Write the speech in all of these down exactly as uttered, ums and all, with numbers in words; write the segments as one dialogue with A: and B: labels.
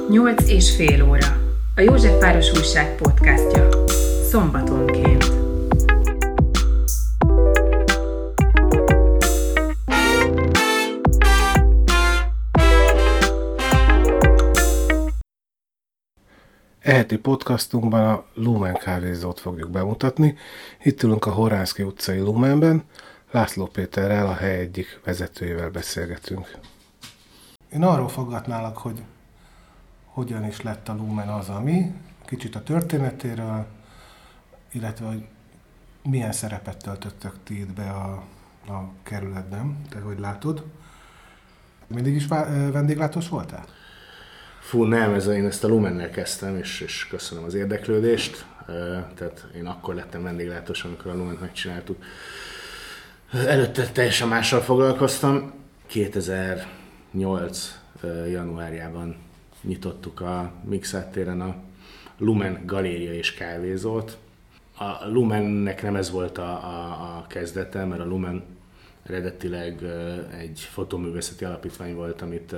A: Nyolc és fél óra. A Józsefváros Újság podcastja. Szombatonként.
B: E heti podcastunkban a Lumen kávézót fogjuk bemutatni. Itt ülünk a Horánszky utcai Lumenben. László Péterrel, a hely egyik vezetőjével beszélgetünk. Én arról fogadnálak, hogy hogyan is lett a Lumen az, ami, kicsit a történetéről, illetve hogy milyen szerepet töltöttök ti itt be a, a kerületben, te hogy látod. Mindig is vendéglátós voltál?
C: Fú, nem, ez, én ezt a Lumennel kezdtem, és, és köszönöm az érdeklődést. Tehát én akkor lettem vendéglátós, amikor a Lument megcsináltuk. Előtte teljesen mással foglalkoztam. kétezer-nyolc januárjában nyitottuk a Mikszáth téren a Lumen galéria és kávézót. A Lumennek nem ez volt a, a, a kezdete, mert a Lumen eredetileg egy fotóművészeti alapítvány volt, amit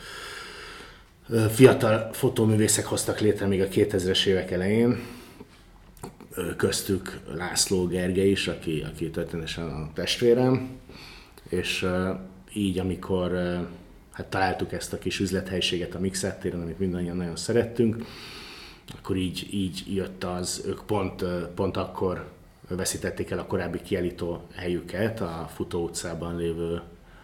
C: fiatal fotóművészek hoztak létre még a kétezres évek elején. Köztük László Gergely is, aki, aki történetesen a testvérem. És így, amikor hát találtuk ezt a kis üzlethelyiséget a Mikszáth téren, amit mindannyian nagyon szerettünk, akkor így, így jött az, ők pont, pont akkor veszítették el a korábbi kiállító helyüket, a Futó utcában lévő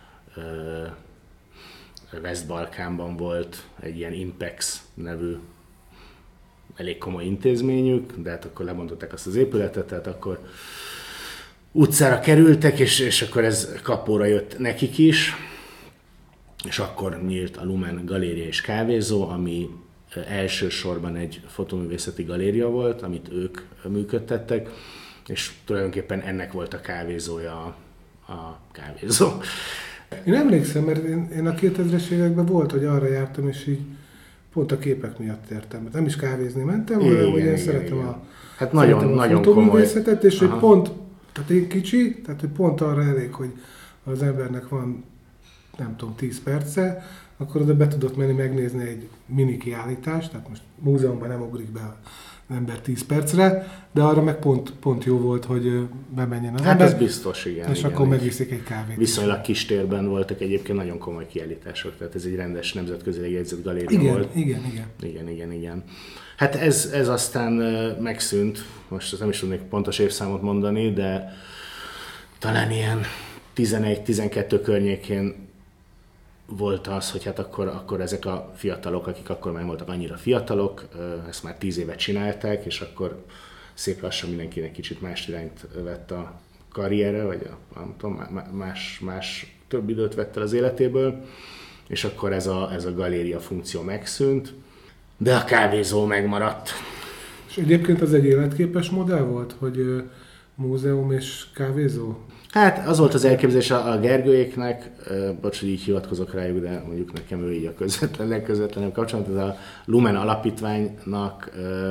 C: West-Balkánban volt egy ilyen Impex nevű elég komoly intézményük, de hát akkor lebontották azt az épületet, tehát akkor utcára kerültek, és, és akkor ez kapóra jött nekik is, és akkor nyílt a Lumen galéria és kávézó, ami elsősorban egy fotóművészeti galéria volt, amit ők működtettek, és tulajdonképpen ennek volt a kávézója a, a kávézó.
B: Én emlékszem, mert én, én a kétezres években volt, hogy arra jártam, és így pont a képek miatt értem. Nem is kávézni mentem, hanem hogy én szeretem
C: igen.
B: a,
C: hát nagyon,
B: szeretem a
C: nagyon
B: fotóművészetet, és
C: Aha.
B: hogy pont, tehát én kicsi, tehát hogy pont arra elég, hogy az embernek van, nem tudom, tíz perce, akkor oda be tudott menni megnézni egy mini kiállítást, tehát most múzeumban nem ugrik be az ember tíz percre, de arra meg pont, pont jó volt, hogy bemenjen az
C: hát
B: ember.
C: Hát ez biztos, igen.
B: És
C: igen,
B: akkor megiszik egy kávét.
C: Viszonylag kis térben voltak egyébként nagyon komoly kiállítások, tehát ez egy rendes nemzetközileg jegyzett galéria
B: igen,
C: volt.
B: Igen, igen,
C: igen. Igen, igen, Hát ez, ez aztán megszűnt, most nem is tudnék pontos évszámot mondani, de talán ilyen tizenegy-tizenkettő környékén volt az, hogy hát akkor, akkor ezek a fiatalok, akik akkor már voltak annyira fiatalok, ezt már tíz évet csinálták, és akkor szép lassan mindenkinek kicsit más irányt vett a karrierre, vagy a, nem tudom, más, más több időt vett el az életéből, és akkor ez a, ez a galéria funkció megszűnt, de a kávézó megmaradt.
B: És egyébként az egy életképes modell volt, hogy múzeum és kávézó?
C: Hát az volt az elképzelés a Gergőjéknek, bocs, hogy így hivatkozok rájuk, de mondjuk nekem ő így a közvetlen, legközvetlenebb kapcsolat, ez a Lumen alapítványnak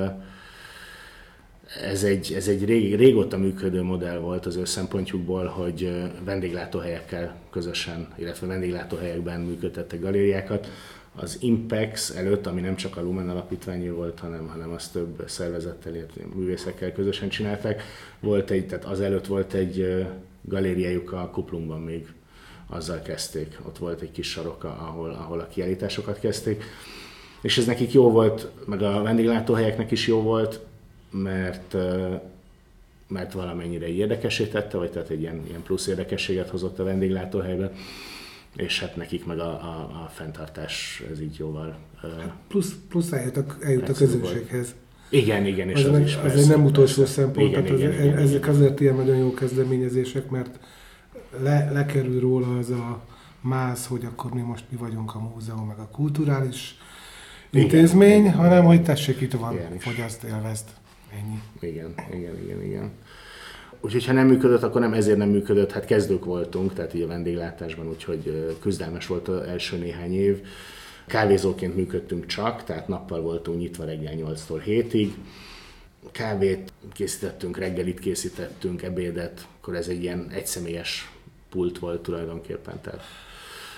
C: ez egy, ez egy rég, régóta működő modell volt az ő szempontjukból, hogy vendéglátóhelyekkel közösen, illetve vendéglátóhelyekben működtettek galériákat. Az Impex előtt, ami nem csak a Lumen alapítványi volt, hanem, hanem azt több szervezettel, illetve művészekkel közösen csinálták, volt egy, tehát az előtt volt egy galériájuk a Kuplungban még, azzal kezdték. Ott volt egy kis sarok, ahol, ahol a kiállításokat kezdték. És ez nekik jó volt, meg a vendéglátóhelyeknek is jó volt, mert, mert valamennyire érdekessé tette, vagy tehát egy ilyen, ilyen plusz érdekességet hozott a vendéglátóhelybe, és hát nekik meg a, a, a fenntartás ez így jóval...
B: Hát plusz, plusz eljut a, eljut a közönséghez.
C: Igen, igen, és az,
B: az,
C: az is
B: Ez
C: persze,
B: egy nem utolsó
C: persze.
B: szempont,
C: Igen,
B: tehát
C: igen,
B: az,
C: igen,
B: ezek
C: igen.
B: azért ilyen nagyon jó kezdeményezések, mert le, lekerül róla az a máz, hogy akkor mi most mi vagyunk a múzeum, meg a kulturális igen, intézmény, igen, hanem igen. Hogy tessék, itt van, fogyaszt, élvezd, ennyi.
C: Igen, igen, igen, igen. Úgyhogy ha nem működött, akkor nem ezért nem működött, hát kezdők voltunk, tehát így a vendéglátásban, úgyhogy küzdelmes volt az első néhány év. Kávézóként működtünk csak, tehát nappal voltunk nyitva reggel nyolctól hétig. Kávét készítettünk, reggelit készítettünk, ebédet, akkor ez egy ilyen egyszemélyes pult volt tulajdonképpen. Tehát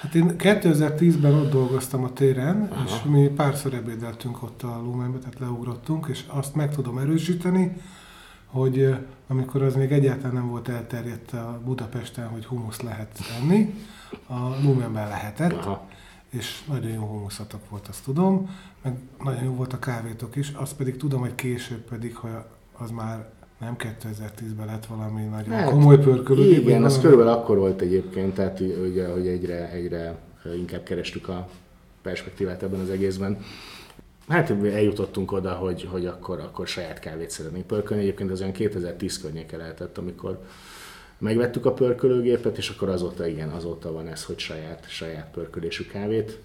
B: Hát én kétezer-tízben ott dolgoztam a téren,
C: Aha.
B: és mi párszor ebédeltünk ott a Lumenbe, tehát leugrottunk, és azt meg tudom erősíteni, hogy amikor az még egyáltalán nem volt elterjedt a Budapesten, hogy humusz lehet enni, a Lumenben lehetett,
C: Aha.
B: és nagyon jó humuszatok volt, azt tudom, meg nagyon jó volt a kávétok is, azt pedig tudom, hogy később pedig, hogy az már nem kétezer-tízben lett valami nagyon hát, komoly pörkölő.
C: Igen, az körülbelül akkor volt egyébként, tehát ugye, hogy egyre, egyre inkább kerestük a perspektívát ebben az egészben. Hát eljutottunk oda, hogy, hogy akkor, akkor saját kávét szeretnénk pörkölni. Egyébként az olyan kétezer-tíz környéke lehetett, amikor megvettük a pörkölőgépet, és akkor azóta, igen, azóta van ez, hogy saját, saját pörkölésű kávét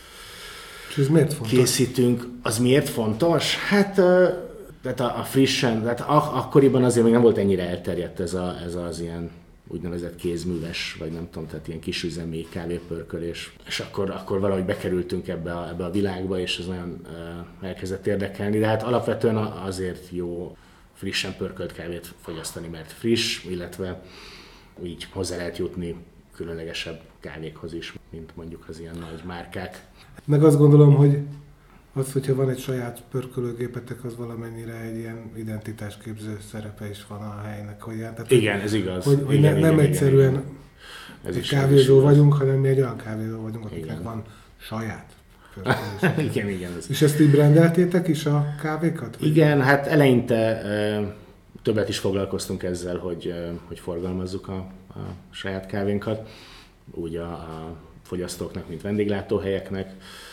B: és ez miért fontos?
C: készítünk. Az miért fontos? Hát tehát a, a frissen, tehát ak- akkoriban azért még nem volt ennyire elterjedt ez, a, ez az ilyen úgynevezett kézműves, vagy nem tudom, tehát ilyen kisüzemi kávépörkölés. És akkor, akkor valahogy bekerültünk ebbe a, ebbe a világba, és ez nagyon uh, elkezdett érdekelni. De hát alapvetően azért jó frissen pörkölt kávét fogyasztani, mert friss, illetve így hozzá lehet jutni különlegesebb kávékhoz is, mint mondjuk az ilyen nagy márkák.
B: Meg azt gondolom, hogy az, hogyha van egy saját pörkölőgépetek, az valamennyire egy ilyen identitásképző szerepe is van a helynek. Hogy, tehát,
C: igen, ez igaz.
B: Hogy, hogy
C: igen,
B: ne,
C: igen,
B: nem
C: igen,
B: egyszerűen
C: igen.
B: egy is, kávézó vagyunk, hanem mi egy olyan kávézó vagyunk, akiknek
C: igen.
B: van saját pörkölés.
C: igen, igen. Ez.
B: És ezt így brandeltétek is a kávékat?
C: Igen, hát eleinte uh, többet is foglalkoztunk ezzel, hogy, uh, hogy forgalmazzuk a, a saját kávénkat, úgy a, a fogyasztóknak, mint vendéglátóhelyeknek.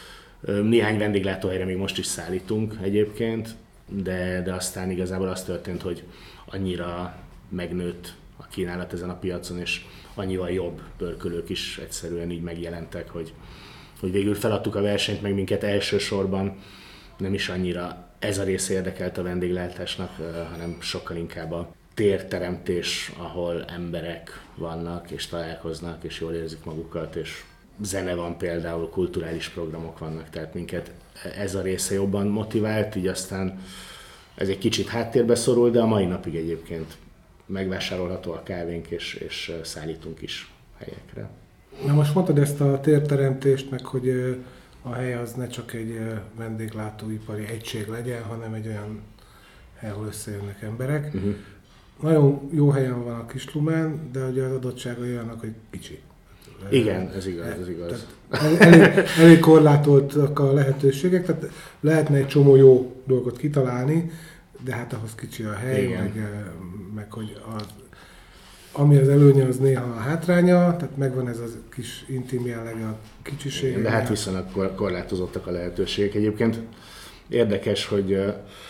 C: Néhány vendéglátóhelyre még most is szállítunk egyébként, de, de aztán igazából az történt, hogy annyira megnőtt a kínálat ezen a piacon, és annyival jobb pörkölők is egyszerűen így megjelentek, hogy, hogy végül feladtuk a versenyt, meg minket elsősorban nem is annyira ez a része érdekelt a vendéglátásnak, hanem sokkal inkább a térteremtés, ahol emberek vannak és találkoznak, és jól érzik magukat, és zene van például, kulturális programok vannak, tehát minket ez a része jobban motivált, így aztán ez egy kicsit háttérbe szorul, de a mai napig egyébként megvásárolható a kávénk, és, és szállítunk is helyekre.
B: Na most mondtad ezt a térteremtést, meg hogy a hely az ne csak egy vendéglátóipari egység legyen, hanem egy olyan hely, ahol összejönnek emberek. Uh-huh. Nagyon jó helyen van a Kis Lumen, de ugye az adottságai olyanok, hogy kicsi.
C: Igen, ez igaz, ez igaz.
B: Elég, elég korlátoltak a lehetőségek, tehát lehetne egy csomó jó dolgot kitalálni, de hát ahhoz kicsi a hely, meg, meg hogy az, ami az előnye, az néha a hátránya, tehát megvan ez a kis intim jelleg a kicsisége.
C: De hát viszonylag korlátozottak a lehetőségek. Egyébként érdekes, hogy,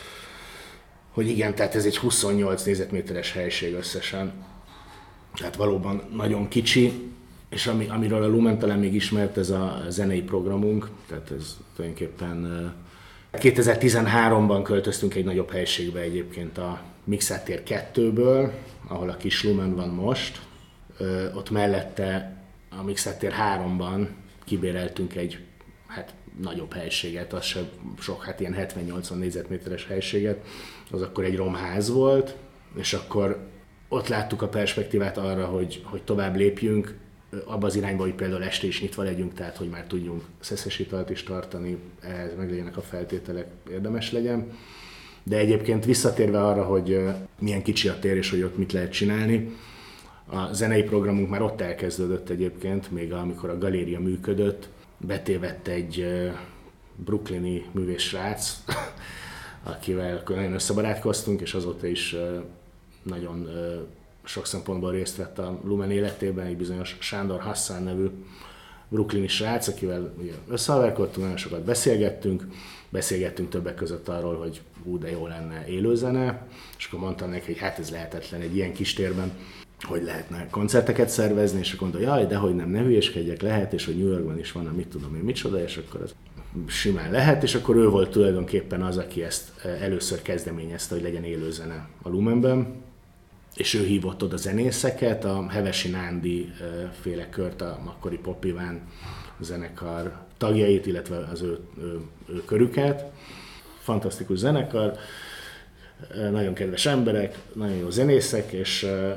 C: hogy igen, tehát ez egy huszonnyolc négyzetméteres helység összesen. Tehát valóban nagyon kicsi. És ami, amiről a Lumen talán még ismert, ez a zenei programunk, tehát ez tulajdonképpen kétezer-tizenháromban költöztünk egy nagyobb helységbe egyébként a Mixát tér kettőből, ahol a Kis Lumen van most. Ott mellette a Mixát tér háromban kibéreltünk egy hát, nagyobb helységet, az sem sok, hát ilyen hetven-nyolcvan négyzetméteres helységet, az akkor egy romház volt, és akkor ott láttuk a perspektívát arra, hogy, hogy tovább lépjünk, abba az irányba, hogy például este is nyitva legyünk, tehát hogy már tudjunk szeszes italt is tartani, ehhez meg legyenek a feltételek, érdemes legyen. De egyébként visszatérve arra, hogy milyen kicsi a tér és hogy ott mit lehet csinálni, a zenei programunk már ott elkezdődött egyébként, még amikor a galéria működött, betévett egy brooklyni művészsrác, akivel akkor nagyon összebarátkoztunk, és azóta is nagyon sok szempontból részt vett a Lumen életében, egy bizonyos Sándor Hassan nevű brooklyni srác, akivel összehalverkodtunk, nagyon sokat beszélgettünk, beszélgettünk többek között arról, hogy ú, de jó lenne élőzene, és akkor mondtam neki, hogy hát ez lehetetlen egy ilyen kis térben, hogy lehetne koncerteket szervezni, és akkor mondta, jaj, de hogy nem, ne hülyeskedjek, lehet, és hogy New Yorkban is van, mit tudom én, micsoda, és akkor az simán lehet, és akkor ő volt tulajdonképpen az, aki ezt először kezdeményezte, hogy legyen élőzene a Lumenben, és ő hívott oda zenészeket, a Hevesi Nándi féle kört, a akkori Pop Iván zenekar tagjait, illetve az ő, ő, ő körüket. Fantasztikus zenekar, nagyon kedves emberek, nagyon jó zenészek, és,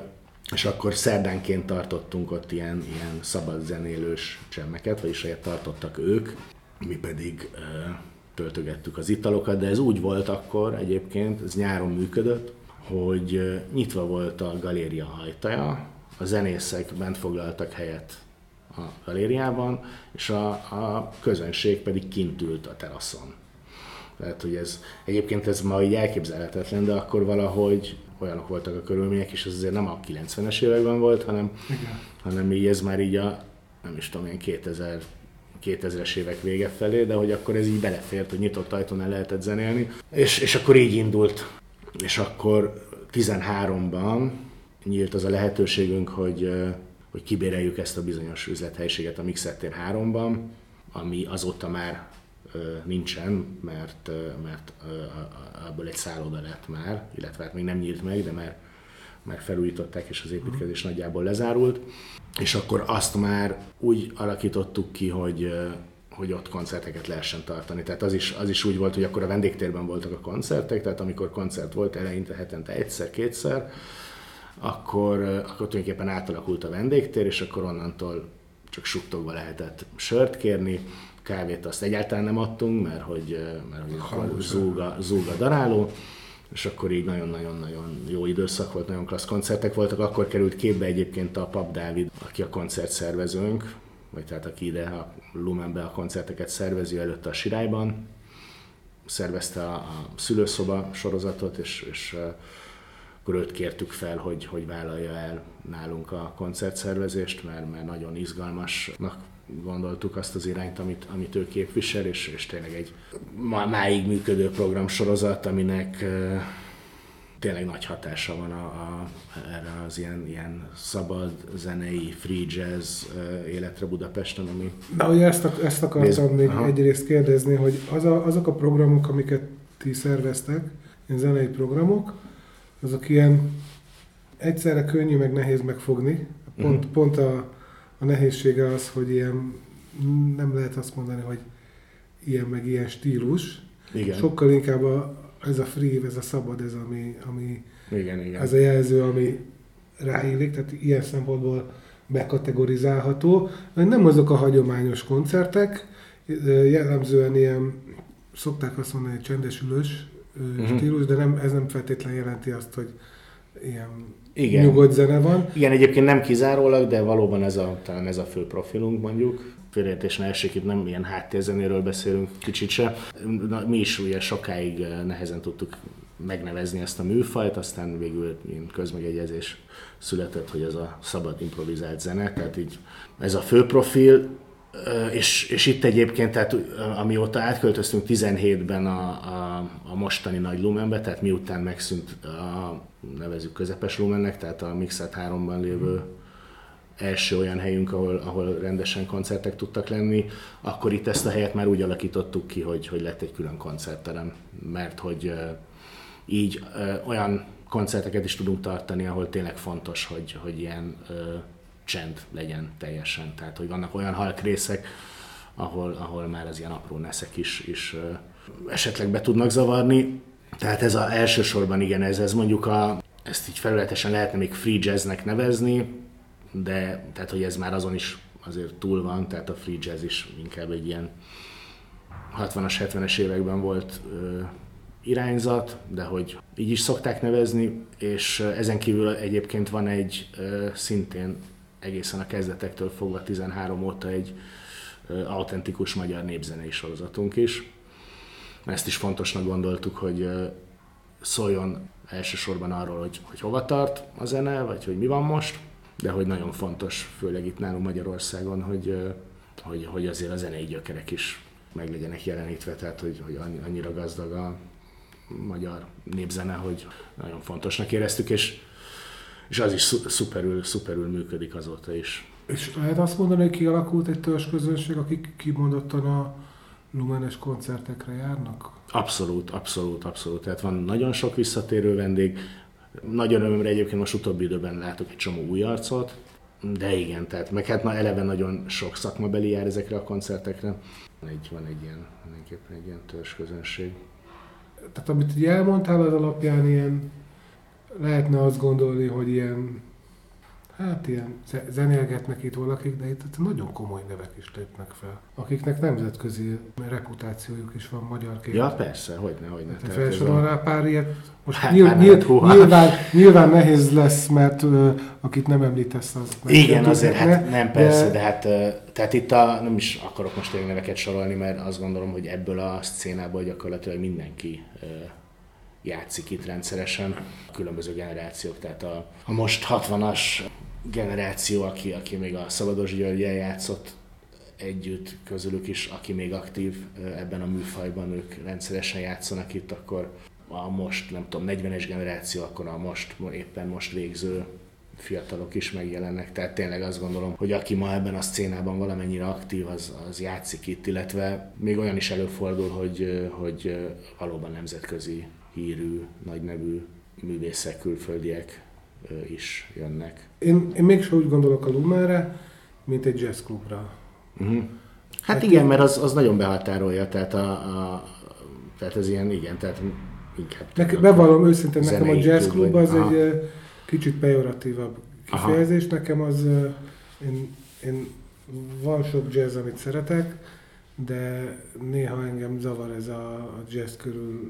C: és akkor szerdánként tartottunk ott ilyen, ilyen szabad zenélős csemmeket, vagyis olyat tartottak ők, mi pedig ö, töltögettük az italokat, de ez úgy volt akkor egyébként, ez nyáron működött, hogy ö, nyitva volt a galéria ajtaja, a zenészek bent foglaltak helyet a galériában, és a, a közönség pedig kint ült a teraszon. Tehát, hogy ez, egyébként ez ma így elképzelhetetlen, de akkor valahogy olyanok voltak a körülmények, és ez azért nem a kilencvenes években volt, hanem, hanem így ez már így a, nem is tudom én, kétezer, kétezres évek vége felé, de hogy akkor ez így belefért, hogy nyitott ajtón el lehetett zenélni. És, és akkor így indult. És akkor tizenháromban nyílt az a lehetőségünk, hogy, hogy kibéreljük ezt a bizonyos üzlethelyiséget a Mixed tér háromban, ami azóta már nincsen, mert, mert abból egy szálloda lett már, illetve hát még nem nyílt meg, de már, már felújították, és az építkezés nagyjából lezárult. És akkor azt már úgy alakítottuk ki, hogy, hogy ott koncerteket lehessen tartani. Tehát az is, az is úgy volt, hogy akkor a vendégtérben voltak a koncertek, tehát amikor koncert volt eleinte hetente egyszer, kétszer, akkor, akkor tulajdonképpen átalakult a vendégtér, és akkor onnantól csak suttogva lehetett sört kérni, kávét azt egyáltalán nem adtunk, mert hogy, mert hogy akkor zúg a, zúg a daráló, és akkor így nagyon-nagyon-nagyon jó időszak volt, nagyon klassz koncertek voltak. Akkor került képbe egyébként a Pap Dávid, aki a koncertszervezőnk, vagy tehát aki ide a Lumenbe a koncerteket szervezi, előtte a Sirályban. Szervezte a, a szülőszoba sorozatot, és, és akkor őt kértük fel, hogy, hogy vállalja el nálunk a koncertszervezést, mert, mert nagyon izgalmasnak gondoltuk azt az irányt, amit, amit ő képvisel, és, és tényleg egy má, máig működő programsorozat, aminek uh, tényleg nagy hatása van a, a, erre az ilyen, ilyen szabad zenei, free jazz uh, életre Budapesten, ami...
B: Na, ugye ezt, ezt akartam Nézd, még aha. egyrészt kérdezni, hogy az a, azok a programok, amiket ti szerveztek, ilyen zenei programok, azok ilyen egyszerre könnyű, meg nehéz megfogni. Pont, uh-huh. pont a A nehézsége az, hogy ilyen, nem lehet azt mondani, hogy ilyen meg ilyen stílus. Igen. Sokkal inkább a, ez a free, ez a szabad, ez ami, ami
C: igen, igen.
B: ez a jelző, ami ráillik, tehát ilyen szempontból bekategorizálható. Nem azok a hagyományos koncertek, jellemzően ilyen, szokták azt mondani, hogy csendesülős uh-huh. stílus, de nem, ez nem feltétlenül jelenti azt, hogy ilyen igen. nyugodt zene van.
C: Igen, egyébként nem kizárólag, de valóban ez a, talán ez a fő profilunk mondjuk. Félreértés ne essék, itt nem ilyen háttérzenéről beszélünk kicsit se. Na, mi is ugye sokáig nehezen tudtuk megnevezni ezt a műfajt, aztán végül közmegegyezés született, hogy ez a szabad improvizált zene, tehát így ez a fő profil, és, és itt egyébként, tehát amióta átköltöztünk tizenhétben a, a, a mostani nagy Lumenbe, tehát miután megszűnt a nevezzük közepes Lumennek, tehát a Mixed háromban lévő első olyan helyünk, ahol, ahol rendesen koncertek tudtak lenni, akkor itt ezt a helyet már úgy alakítottuk ki, hogy, hogy lett egy külön koncertterem, mert hogy így olyan koncerteket is tudunk tartani, ahol tényleg fontos, hogy, hogy ilyen csend legyen teljesen. Tehát, hogy vannak olyan halkrészek, ahol, ahol már az ilyen apró neszek is, is esetleg be tudnak zavarni. Tehát ez a, elsősorban igen, ez, ez mondjuk a, ezt így felületesen lehetne még free jazznek nevezni, de tehát, hogy ez már azon is azért túl van, tehát a free jazz is inkább egy ilyen hatvanas, hetvenes években volt ö, irányzat, de hogy így is szokták nevezni, és ezen kívül egyébként van egy ö, szintén egészen a kezdetektől fogva tizenhárom óta egy ö, autentikus magyar népzenei sorozatunk is. Ezt is fontosnak gondoltuk, hogy ö, szóljon elsősorban arról, hogy, hogy hova tart a zene, vagy hogy mi van most, de hogy nagyon fontos, főleg itt nálunk Magyarországon, hogy, hogy, hogy azért a zenei gyökerek is meg legyenek jelenítve, tehát hogy, hogy annyira gazdag a magyar népzene, hogy nagyon fontosnak éreztük, és, és az is szuperül, szuperül működik azóta is.
B: És lehet azt mondani, hogy kialakult egy törzsközönség, akik kimondottan a Lumenes koncertekre járnak?
C: Abszolút, abszolút, abszolút. Tehát van nagyon sok visszatérő vendég. Nagyon örömre egyébként most utóbbi időben látok egy csomó új arcot, de igen, tehát meg hát na eleve nagyon sok szakmabeli jár ezekre a koncertekre. Egy, van egy ilyen, mindenképpen egy ilyen törzsközönség.
B: Tehát amit így elmondtál, az alapján ilyen, lehetne azt gondolni, hogy ilyen Hát ilyen zenélgetnek itt valakik, de itt nagyon komoly nevek is lépnek fel, akiknek nemzetközi reputációjuk is van magyarként.
C: Ja, persze, hogyne, hogyne.
B: Te felsorol rá pár ilyet. Most
C: hát,
B: nyilv, nyilv, nyilván, nyilván nehéz lesz, mert uh, akit nem említesz, az...
C: Igen, azért, hát nem persze, de, de hát tehát itt a, nem is akarok most tényleg neveket sorolni, mert azt gondolom, hogy ebből a szcénából gyakorlatilag mindenki uh, játszik itt rendszeresen, a különböző generációk, tehát a, a most hatvanas generáció, aki, aki még a Szabados Györggyel játszott együtt, közülük is, aki még aktív ebben a műfajban, ők rendszeresen játszanak itt, akkor a most, nem tudom, negyvenes generáció, akkor a most, éppen most végző fiatalok is megjelennek, tehát tényleg azt gondolom, hogy aki ma ebben a szcénában valamennyire aktív, az, az játszik itt, illetve még olyan is előfordul, hogy, hogy valóban nemzetközi hírű, nagynevű művészek, külföldiek is jönnek.
B: Én, én mégsem úgy gondolok a Lumenre, mint egy jazzklubra.
C: Uh-huh. Hát, hát igen, én... mert az, az nagyon behatárolja, tehát, a, a, tehát ez ilyen, igen, tehát inkább...
B: Nekem, bevallom őszintén, nekem a jazzklub az aha. egy kicsit pejoratívabb kifejezés, aha. nekem az, én, én van sok jazz, amit szeretek, de néha engem zavar ez a, a jazz körül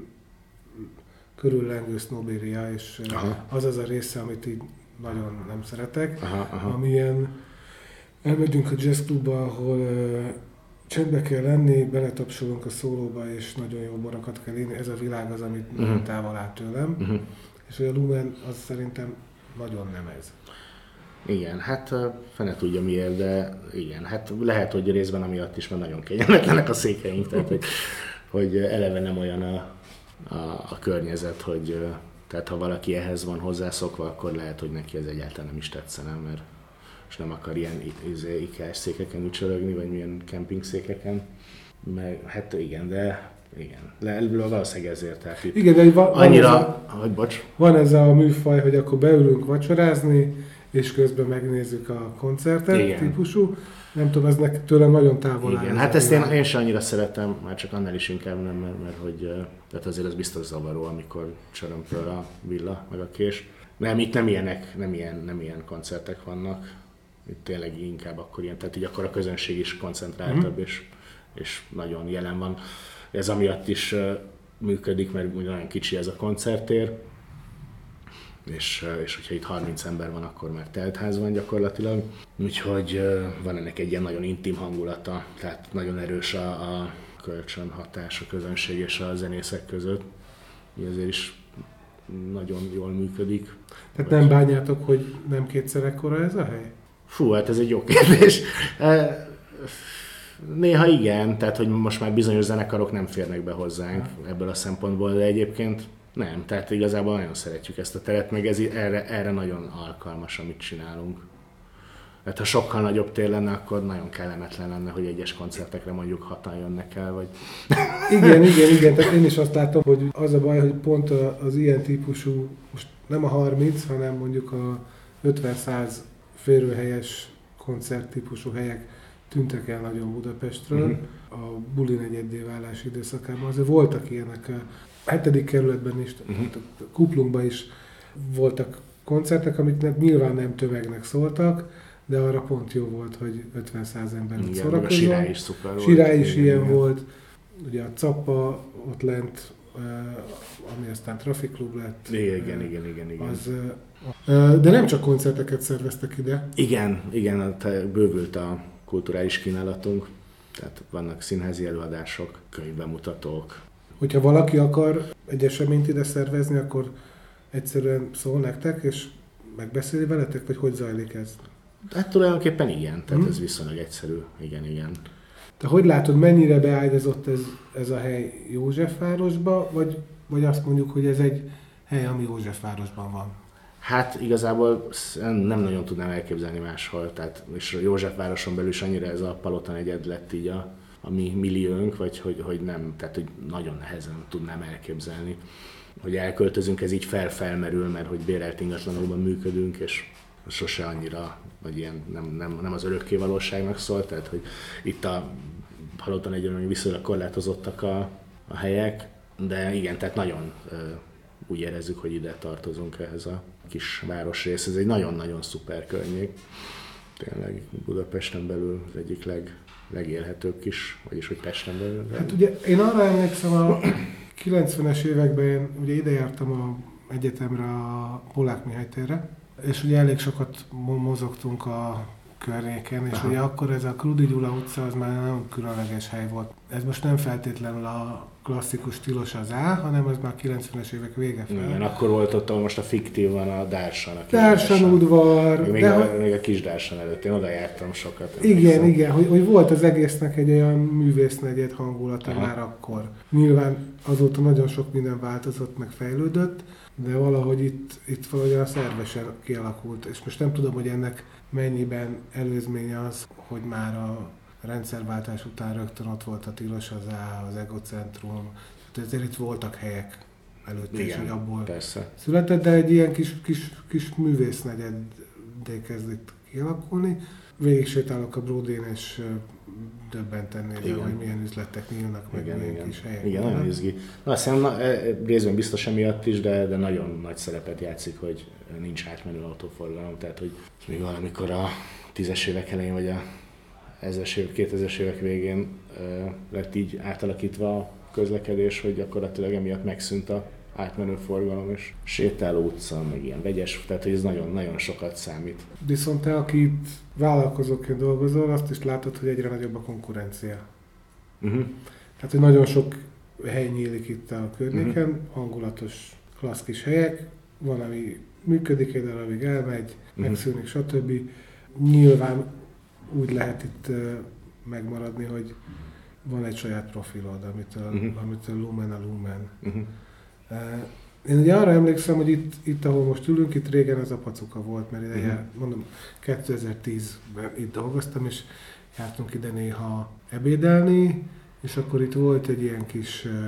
B: körüllengő sznobéria, és aha. az az a része, amit így nagyon nem szeretek. Aha, aha. Amilyen elmegyünk a jazzklubba, ahol uh, csendbe kell lenni, beletapsolunk a szólóba, és nagyon jó borakat kell inni. Ez a világ az, amit uh-huh. nagyon távol áll tőlem. Uh-huh. És a Lumen az szerintem nagyon nem ez.
C: Igen, hát fene tudja miért, de igen, hát lehet, hogy részben amiatt is, mert nagyon kényelmetlenek a székeink, tehát hogy, hogy eleve nem olyan a A, a környezet, hogy tehát ha valaki ehhez van hozzászokva, akkor lehet, hogy neki ez egyáltalán nem is tetszene, mert és nem akar ilyen ikás székeken ücsörögni, vagy milyen kemping székeken. Meg, hát igen, de igen, le, valószínűleg ezért. Tehát itt
B: igen, de van,
C: annyira,
B: van ez a,
C: hogy bocs.
B: Van ez a műfaj, hogy akkor beülünk vacsorázni, és közben megnézzük a koncertet igen. típusú. Nem tudom, ez nek, tőlem nagyon távol áll.
C: Igen, hát ezt én, én sem annyira szeretem, már csak annál is inkább nem, mert, mert hogy tehát azért ez biztos zavaró, amikor csörömpöl a villa, meg a kés. Nem, itt nem ilyenek, nem ilyen, nem ilyen koncertek vannak. Itt tényleg inkább akkor ilyen, tehát így akkor a közönség is koncentráltabb, mm-hmm. és, és nagyon jelen van. Ez amiatt is működik, mert nagyon kicsi ez a koncerttér. És, és hogyha itt harminc ember van, akkor már teltház van gyakorlatilag. Úgyhogy van ennek egy ilyen nagyon intim hangulata, tehát nagyon erős a, a kölcsönhatás a közönség és a zenészek között. Ezért is nagyon jól működik.
B: Tehát nem bánjátok, hogy nem kétszer ekkora ez a hely?
C: Fú, hát ez egy jó kérdés. Néha igen, tehát hogy most már bizonyos zenekarok nem férnek be hozzánk ebből a szempontból, de egyébként nem, tehát igazából nagyon szeretjük ezt a teret, meg ez erre, erre nagyon alkalmas, amit csinálunk. Tehát ha sokkal nagyobb tér lenne, akkor nagyon kellemetlen lenne, hogy egyes koncertekre mondjuk hatan jönnek el, vagy...
B: Igen, igen, igen, tehát én is azt látom, hogy az a baj, hogy pont az ilyen típusú, most nem a harminc, hanem mondjuk a ötven-száz férőhelyes koncerttípusú helyek tűntek el nagyon Budapestről. Uh-huh. A buli negyeddé válás időszakában azért voltak ilyenek. A hetedik kerületben is, uh-huh. a Kuplunkban is voltak koncertek, amik nyilván nem tömegnek szóltak, de arra pont jó volt, hogy ötven-száz ember ott szórakozott. A
C: Sirály is szuper volt.
B: Sirály is igen, ilyen igen. volt. Ugye a Cappa ott lent, ami aztán Traffic Club lett.
C: Igen, igen, igen, igen.
B: Az, de nem csak koncerteket szerveztek ide.
C: Igen, igen, bővült a kulturális kínálatunk. Tehát vannak színházi előadások, könyvbemutatók.
B: Hogyha valaki akar egy eseményt ide szervezni, akkor egyszerűen szól nektek, és megbeszéli veletek, vagy hogy zajlik ez?
C: Hát tulajdonképpen igen, tehát hmm. ez viszonylag egyszerű, igen, igen.
B: Te hogy látod, mennyire beágyazott ez, ez a hely Józsefvárosba, vagy, vagy azt mondjuk, hogy ez egy hely, ami Józsefvárosban van?
C: Hát igazából nem nagyon tudnám elképzelni máshol, tehát és Józsefvároson belül is annyira ez a Palota negyed lett így a, a mi milliónk, vagy hogy, hogy nem, tehát hogy nagyon nehezen tudnám elképzelni, hogy elköltözünk, ez így fel-felmerül, mert hogy bérelt ingatlanokban működünk, és sose annyira, vagy ilyen nem, nem, nem az örökké valóságnak szól, tehát hogy itt a Palota negyedben viszonylag korlátozottak a, a helyek, de igen, tehát nagyon úgy érezzük, hogy ide tartozunk ehhez a kis városrész. Ez egy nagyon-nagyon szuper környék. Tényleg Budapesten belül az egyik leg, legélhetőbb kis, vagyis hogy Pesten belül.
B: Hát ugye én arra emlékszem, a kilencvenes években én ugye ide jártam a egyetemre, a Polák Mihály térre, és ugye elég sokat mozogtunk a környéken, és aha, ugye akkor ez a Krudi Gyula utca az már nagyon különleges hely volt. Ez most nem feltétlenül a klasszikus tilos az A, hanem ez már a kilencvenes évek vége fel.
C: Igen, akkor volt ott most a fiktív van a Dársan. A
B: Dársan udvar.
C: Még, a, a, még a kis Dársan előtt, én oda jártam sokat.
B: Igen, szóval. igen, hogy, hogy volt az egésznek egy olyan művésznegyed hangulata aha, már akkor. Nyilván azóta nagyon sok minden változott, meg fejlődött, de valahogy itt, itt valahogyan szervesen kialakult, és most nem tudom, hogy ennek mennyiben előzménye az, hogy már a rendszerváltás után rögtön ott volt a tilos az A, az egocentrum, tehát ezért itt voltak helyek előtt is, hogy abból
C: persze.
B: született, de egy ilyen kis, kis, kis művésznegyeddé kezd itt kialakulni. Végig sétálok a Bródén, és döbbenten nézem, hogy milyen üzletek nyílnak, meg
C: igen,
B: milyen
C: igen.
B: kis helyek.
C: Igen, nagyon izgi. Na, azt hiszem, na, részben biztos emiatt is, de, de nagyon nagy szerepet játszik, hogy nincs átmenő autóforgalom. Tehát, hogy még valamikor a tízes évek elején, vagy a ezres év, kétezres évek végén uh, lett így átalakítva a közlekedés, hogy gyakorlatilag emiatt megszűnt a átmenő forgalom, és sétáló utca, meg ilyen vegyes, tehát hogy ez nagyon-nagyon sokat számít.
B: Viszont te, aki itt vállalkozóként dolgozol, azt is látod, hogy egyre nagyobb a konkurencia. Uh-huh. Tehát, hogy nagyon sok hely nyílik itt a környéken, uh-huh, hangulatos, klassz kis helyek, van, ami működik, egy darabig elmegy, uh-huh, megszűnik, stb. Nyilván úgy lehet itt uh, megmaradni, hogy van egy saját profilod, amitől, uh-huh, amitől lumen a lumen. Uh-huh. Uh, én ugye arra emlékszem, hogy itt, itt, ahol most ülünk, itt régen az Apacuka volt, mert ide, uh-huh, mondom, kétezer-tízben itt dolgoztam, és jártunk ide néha ebédelni, és akkor itt volt egy ilyen kis uh,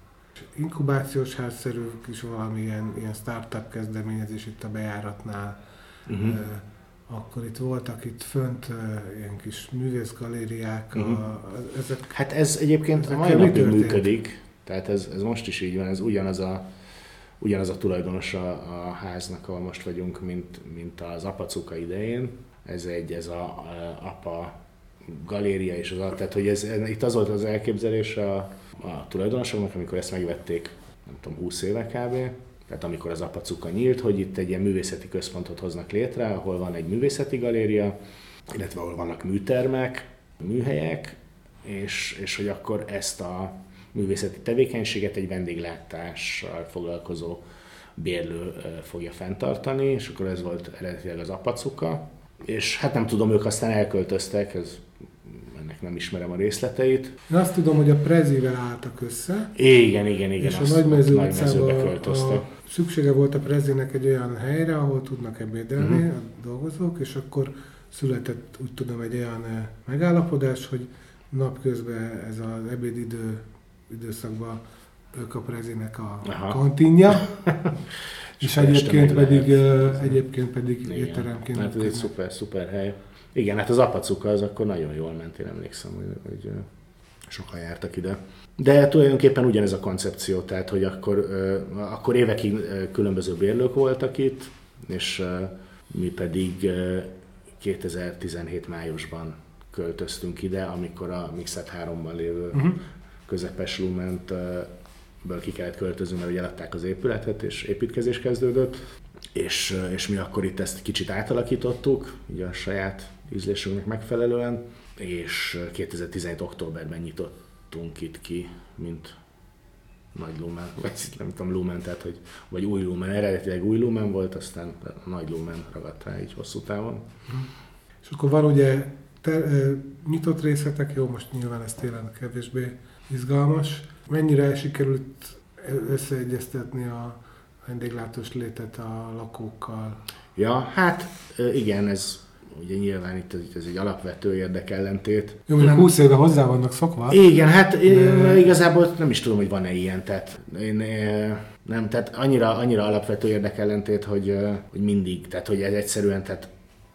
B: inkubációs házszerű, kis valamilyen ilyen startup kezdeményezés itt a bejáratnál. Uh-huh. Uh, akkor itt voltak itt fönt uh, ilyen kis művészgalériák. Uh-huh. a, a, ezek,
C: hát ez egyébként a mai napig működik, tehát ez, ez most is így van, ez ugyanaz a, ugyanaz a tulajdonos a, a háznak, ahol most vagyunk, mint, mint az Apacuka idején. Ez egy, ez a, a apa galéria és az, tehát hogy ez, ez, itt az volt az elképzelés a, a tulajdonosoknak, amikor ezt megvették, nem tudom, húsz éve kb. Tehát amikor az Apacuka nyílt, hogy itt egy ilyen művészeti központot hoznak létre, ahol van egy művészeti galéria, illetve ahol vannak műtermek, műhelyek, és, és hogy akkor ezt a művészeti tevékenységet egy vendéglátással foglalkozó bérlő fogja fenntartani, és akkor ez volt eredetileg az Apacuka. És hát nem tudom, ők aztán elköltöztek, ez, ennek nem ismerem a részleteit.
B: Én azt tudom, hogy a Prezivel álltak össze.
C: Igen, igen, igen.
B: És a Nagymező utcában szüksége volt a Prezinek egy olyan helyre, ahol tudnak ebédelni uh-huh, a dolgozók, és akkor született, úgy tudom, egy olyan megállapodás, hogy napközben ez az ebédidő időszakban ők a Prezinek a aha, kantinja, és egyébként pedig, egyébként pedig étteremként.
C: Hát ez egy szuper, szuper hely. Igen, hát az Apacuka az akkor nagyon jól ment, én emlékszem, hogy, hogy sokan jártak ide. De tulajdonképpen ugyanez a koncepció, tehát hogy akkor, akkor évekig különböző bérlők voltak itt, és mi pedig kétezer-tizenhét májusban költöztünk ide, amikor a Mixed háromban lévő uh-huh, közepes Lumentből ki kellett költözni, mert ugye eladták az épületet, és építkezés kezdődött, és, és mi akkor itt ezt kicsit átalakítottuk, ugye a saját ízlésünknek megfelelően, és kétezer-tizenhét októberben nyitottunk itt ki, mint nagy lumen, vagy nem tudom, lumen, tehát hogy, vagy új lumen, eredetileg új lumen volt, aztán nagy lumen ragadt rá így hosszú távon.
B: És akkor van ugye ter, nyitott részletek, jó, most nyilván ez télen kevésbé izgalmas. Mennyire sikerült összeegyeztetni a vendéglátós létet a lakókkal?
C: Ja, hát igen, ez ugye nyilván itt ez, ez egy alapvető érdekellentét.
B: Jó, még húsz éve hozzá vannak szokva.
C: Igen, hát de... igazából nem is tudom, hogy van-e ilyen, tehát én nem, tehát annyira, annyira alapvető érdekellentét, hogy, hogy mindig, tehát hogy ez egyszerűen, tehát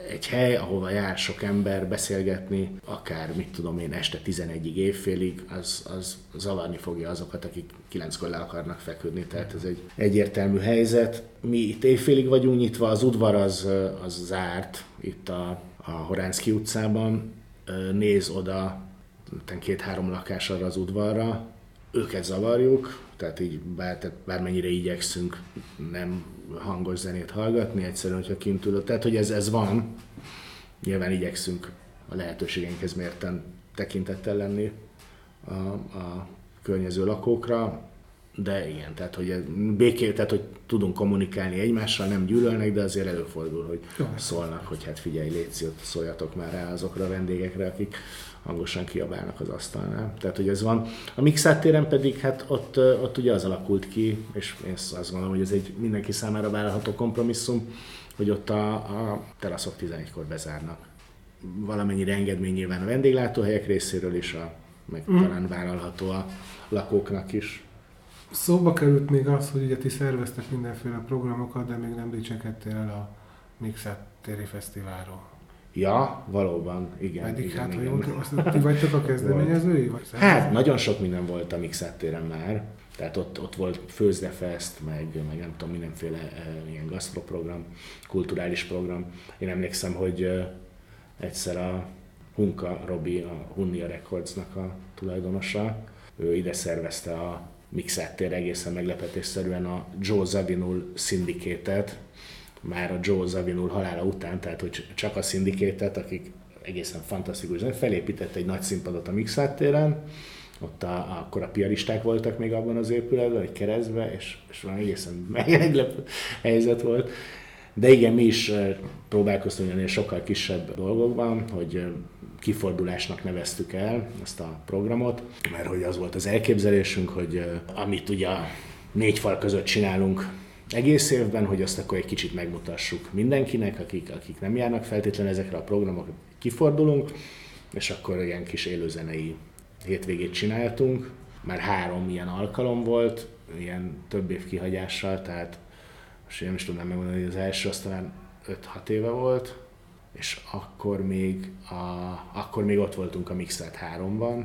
C: egy hely, ahova jár sok ember beszélgetni, akár, mit tudom én, este tizenegyig, évfélig, az, az zavarni fogja azokat, akik kilenckor le akarnak feküdni, tehát ez egy egyértelmű helyzet. Mi itt évfélig vagyunk nyitva, az udvar az, az zárt itt a, a Horánszky utcában, néz oda két-három lakás arra az udvarra, őket zavarjuk, tehát így bár, tehát bármennyire igyekszünk nem hangos zenét hallgatni, egyszerűen, hogyha kint ülök. Tehát, hogy ez, ez van, nyilván igyekszünk a lehetőségeinkhez mérten tekintettel lenni a, a környező lakókra, de igen, tehát, hogy béké, tehát, hogy tudunk kommunikálni egymással, nem gyűlölnek, de azért előfordul, hogy szólnak, hogy hát figyelj, légy, szóljatok már rá azokra a vendégekre, akik hangosan kiabálnak az asztalnál. Tehát, hogy ez van. A Mixát téren pedig, hát ott, ott ugye az alakult ki, és én azt gondolom, hogy ez egy mindenki számára vállalható kompromisszum, hogy ott a, a teraszok tizenegykor bezárnak. Valamennyire engedmény nyilván a vendéglátóhelyek részéről is, a, meg mm. talán vállalható a lakóknak is.
B: Szóba került még az, hogy ugye ti szerveztek mindenféle programokat, de még nem dicsekedtél el a Mixát téri fesztiválról.
C: Ja, valóban, igen.
B: Pedig
C: igen,
B: hát,
C: igen.
B: Jól, azt, ti vagytok a kezdeményezői? Vagy
C: hát, nagyon sok minden volt a Mixát téren már. Tehát ott, ott volt Főzdefest, meg, meg nem tudom, mindenféle uh, ilyen gasztroprogram, kulturális program. Én emlékszem, hogy uh, egyszer a Hunka Robi, a Hunnia Recordsnak a tulajdonosa, ő ide szervezte a Mixát tér egészen meglepetésszerűen a Joe Zawinul Syndicate-et, már a Joe Zawinul halála után, tehát hogy csak a Syndicate-et, akik egészen fantasztikus, felépített egy nagy színpadot a Mixát téren, ott a, akkor a piaristák voltak még abban az épületben, egy keresztben, és, és valami egészen meglepő helyzet volt. De igen, mi is próbálkoztunk ennél sokkal kisebb dolgokban, hogy kifordulásnak neveztük el ezt a programot, mert hogy az volt az elképzelésünk, hogy amit ugye a négy fal között csinálunk egész évben, hogy azt akkor egy kicsit megmutassuk mindenkinek, akik, akik nem járnak feltétlenül ezekre a programokra, kifordulunk, és akkor ilyen kis élőzenei hétvégét csináltunk. Már három ilyen alkalom volt, ilyen több év kihagyással, tehát most én nem is tudnám megmondani, hogy az első azt talán öt-hat éve volt, és akkor még, a, akkor még ott voltunk a Mixát háromban,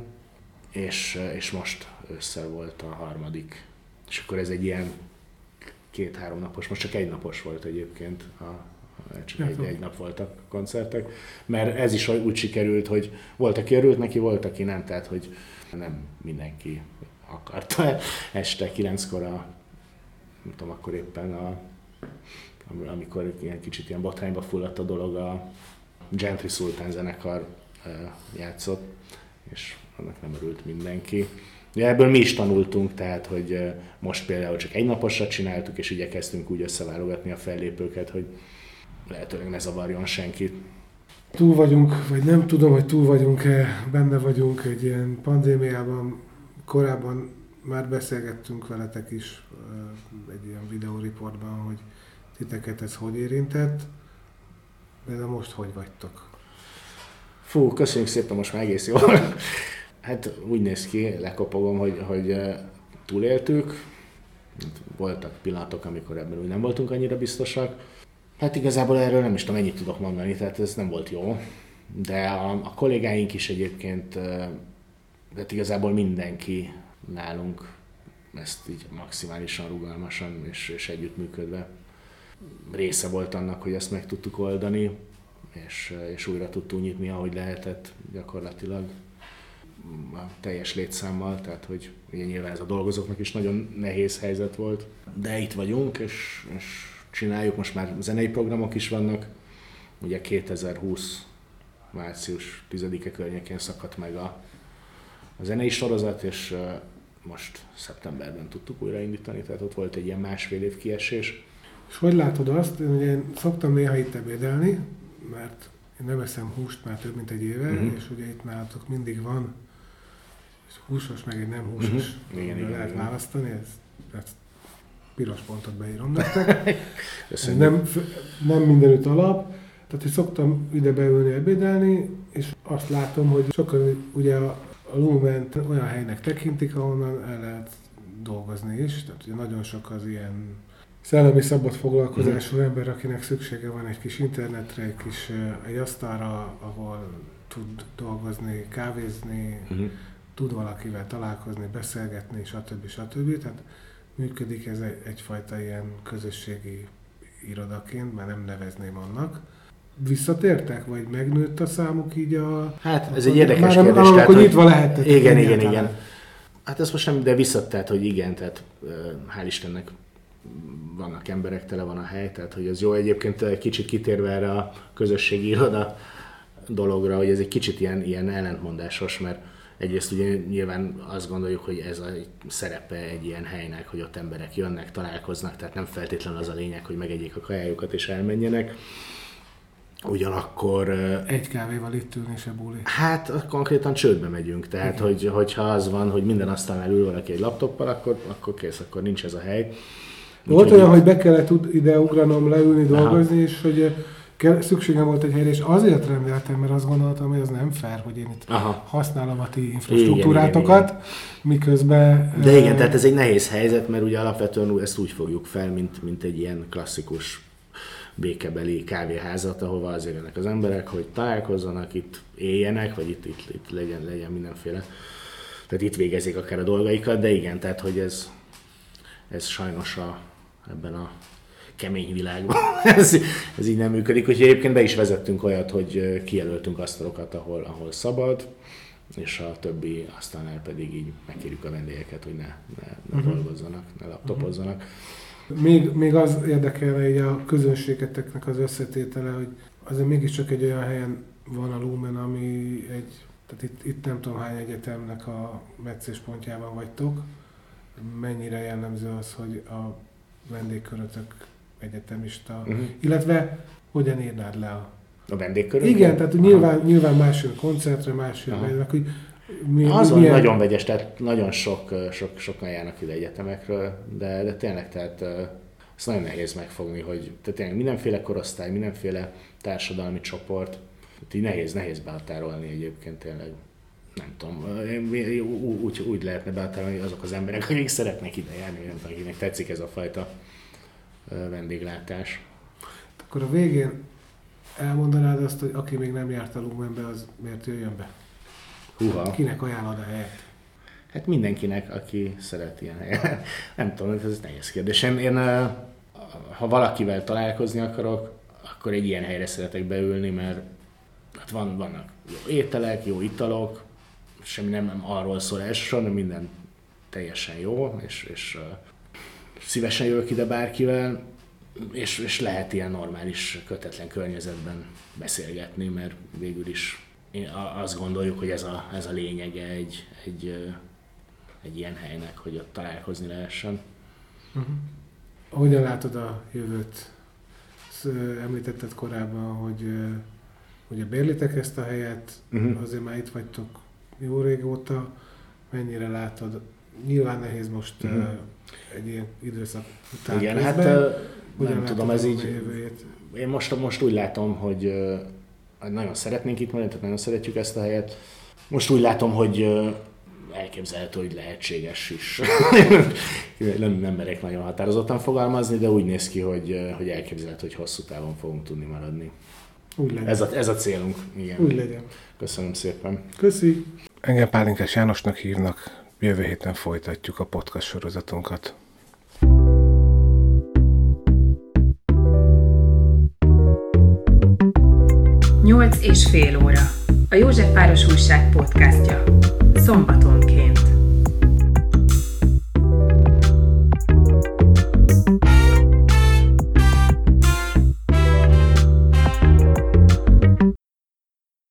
C: és, és most ősszel volt a harmadik. És akkor ez egy ilyen két-három napos, most csak egy napos volt egyébként, a, csak egy, egy nap voltak koncertek, mert ez is úgy sikerült, hogy volt, aki örült neki, volt, aki nem, tehát hogy nem mindenki akarta. Este kilenckor a, nem tudom, akkor éppen a, amikor ilyen kicsit ilyen botrányba fulladt a dolog, a Gentry Sultan zenekar játszott, és annak nem örült mindenki. Ja, ebből mi is tanultunk, tehát, hogy most például csak egy naposra csináltuk, és igyekeztünk úgy összeválogatni a fellépőket, hogy lehetőleg ne zavarjon senkit.
B: Túl vagyunk, vagy nem tudom, hogy túl vagyunk-e, benne vagyunk egy ilyen pandémiában. Korábban már beszélgettünk veletek is egy ilyen videóriportban, hogy titeket ez hogy érintett, de most hogy vagytok?
C: Fú, köszönjük szépen, most már egész jól. Hát úgy néz ki, lekopogom, hogy, hogy túléltük. Voltak pillanatok, amikor ebben úgy nem voltunk annyira biztosak. Hát igazából erről nem is tudom, mennyit tudok mondani, tehát ez nem volt jó. De a, a kollégáink is egyébként, tehát igazából mindenki nálunk ezt így maximálisan rugalmasan és, és együttműködve része volt annak, hogy ezt meg tudtuk oldani, és, és újra tudtunk nyitni, ahogy lehetett gyakorlatilag a teljes létszámmal, tehát hogy ugye nyilván ez a dolgozóknak is nagyon nehéz helyzet volt. De itt vagyunk, és, és csináljuk, most már zenei programok is vannak. Ugye kétezer-húsz március tizedike környékén szakadt meg a, a zenei sorozat, és most szeptemberben tudtuk újraindítani, tehát ott volt egy ilyen másfél év kiesés.
B: És hogy látod azt, hogy én szoktam néha itt ebédelni, mert én nem eszem húst már több mint egy éve, uh-huh. és ugye itt nálatok mindig van húsos, meg egy nem húsos, uh-huh. igen, igen, lehet igen. választani, ez, ez piros pontot beírom nektek. nem, nem mindenütt alap, tehát én szoktam ide beülni ebédelni, és azt látom, hogy sokan ugye a, a Lument olyan helynek tekintik, ahonnan el lehet dolgozni is, tehát ugye nagyon sok az ilyen szellemi szabad foglalkozású uh-huh. ember, akinek szüksége van egy kis internetre, egy kis egy asztalra, ahol tud dolgozni, kávézni, uh-huh. tud valakivel találkozni, beszélgetni, stb. stb. Tehát működik ez egy, egyfajta ilyen közösségi irodaként, már nem nevezném annak. Visszatértek, vagy megnőtt a számuk így a...
C: Hát ez egy érdekes kérdés.
B: Már amikor nyitva lehetett.
C: Igen, igen, igen. Hát ez most nem, de visszatért, hogy igen, tehát hál' Istennek vannak emberek, tele van a hely, tehát hogy ez jó. Egyébként kicsit kitérve erre a közösségi iroda dologra, hogy ez egy kicsit ilyen, ilyen ellentmondásos, mert egyrészt ugye nyilván azt gondoljuk, hogy ez a szerepe egy ilyen helynek, hogy ott emberek jönnek, találkoznak, tehát nem feltétlenül az a lényeg, hogy megegyék a kajájukat és elmenjenek. Ugyanakkor...
B: Egy kávéval itt ülni se buli.
C: Hát konkrétan csődbe megyünk, tehát hogy, hogyha az van, hogy minden asztalnál ül valaki egy laptoppal, akkor, akkor kész, akkor nincs ez a hely.
B: Volt olyan, hogy be kellett ide ugranom, leülni, dolgozni, aha. és hogy szükségem volt egy helyre, és azért rendeltem, mert azt gondoltam, hogy az nem fair, hogy én itt aha. használom a ti infrastruktúrátokat, igen, igen, igen. miközben...
C: De igen, e... tehát ez egy nehéz helyzet, mert ugye alapvetően ezt úgy fogjuk fel, mint, mint egy ilyen klasszikus békebeli kávéházat, ahova azért jönnek az emberek, hogy találkozzanak, itt éljenek, vagy itt, itt, itt legyen, legyen mindenféle. Tehát itt végezik akár a dolgaikat, de igen, tehát hogy ez, ez sajnos a, ebben a kemény világban ez, ez így nem működik. Úgyhogy egyébként be is vezettünk olyat, hogy kijelöltünk asztalokat, ahol, ahol szabad, és a többi asztalnál pedig így megkérjük a vendégeket, hogy ne, ne, ne uh-huh. dolgozzanak, ne laptopozzanak. Uh-huh.
B: Még, még az érdekelne így a közönségeteknek az összetétele, hogy azért mégiscsak egy olyan helyen van a Lumen, ami egy, tehát itt, itt nem tudom hány egyetemnek a meccéspontjában vagytok. Mennyire jellemző az, hogy a vendégkörötök egyetemista, uh-huh. illetve hogyan írnád le a...
C: A vendégköröt?
B: Igen, tehát nyilván, nyilván más jön koncertre, más jön uh-huh. hogy
C: Mi, Azon milyen... nagyon vegyes, tehát nagyon sok, sok, sokan járnak ide egyetemekről, de, de tényleg tehát ezt nagyon nehéz megfogni, hogy tehát tényleg mindenféle korosztály, mindenféle társadalmi csoport, így nehéz, nehéz behatárolni egyébként tényleg. Nem tudom, úgy, úgy lehetne behatárolni, hogy azok az emberek, akik szeretnek ide járni, akinek tetszik ez a fajta vendéglátás.
B: Akkor a végén elmondanád azt, hogy aki még nem járt a Lumenbe, az miért jöjjön be?
C: Húha.
B: Kinek ajánlod a helyet?
C: Hát mindenkinek, aki szeret ilyen helyet. Nem tudom, ez nehéz kérdés. Én, én, ha valakivel találkozni akarok, akkor egy ilyen helyre szeretek beülni, mert hát van, vannak jó ételek, jó italok, semmi nem, nem arról szól elsősorban, de minden teljesen jó, és, és uh, szívesen jövök ide bárkivel, és, és lehet ilyen normális, kötetlen környezetben beszélgetni, mert végül is én azt gondoljuk, hogy ez a, ez a lényege egy, egy, egy ilyen helynek, hogy ott találkozni lehessen.
B: Uh-huh. Hogyan látod a jövőt? Említetted korábban, hogy ugye bérlitek ezt a helyet, uh-huh. azért már itt vagytok jó régóta. Mennyire látod? Nyilván nehéz most uh-huh. egy ilyen időszak után.
C: Igen,
B: közben.
C: hát nem tudom, ez így... Én most, most úgy látom, hogy nagyon szeretnénk itt maradni, tehát nagyon szeretjük ezt a helyet. Most úgy látom, hogy elképzelhető, hogy lehetséges is. nem, nem merek nagyon határozottan fogalmazni, de úgy néz ki, hogy, hogy elképzelhető, hogy hosszú távon fogunk tudni maradni.
B: Úgy legyen.
C: Ez a, ez a célunk. Igen.
B: Úgy legyen.
C: Köszönöm szépen.
B: Köszi. Engem Pálinkás Jánosnak hívnak. Jövő héten folytatjuk a podcast sorozatunkat.
A: Nyolc és fél óra. A Józsefváros Újság podcastja. Szombatonként.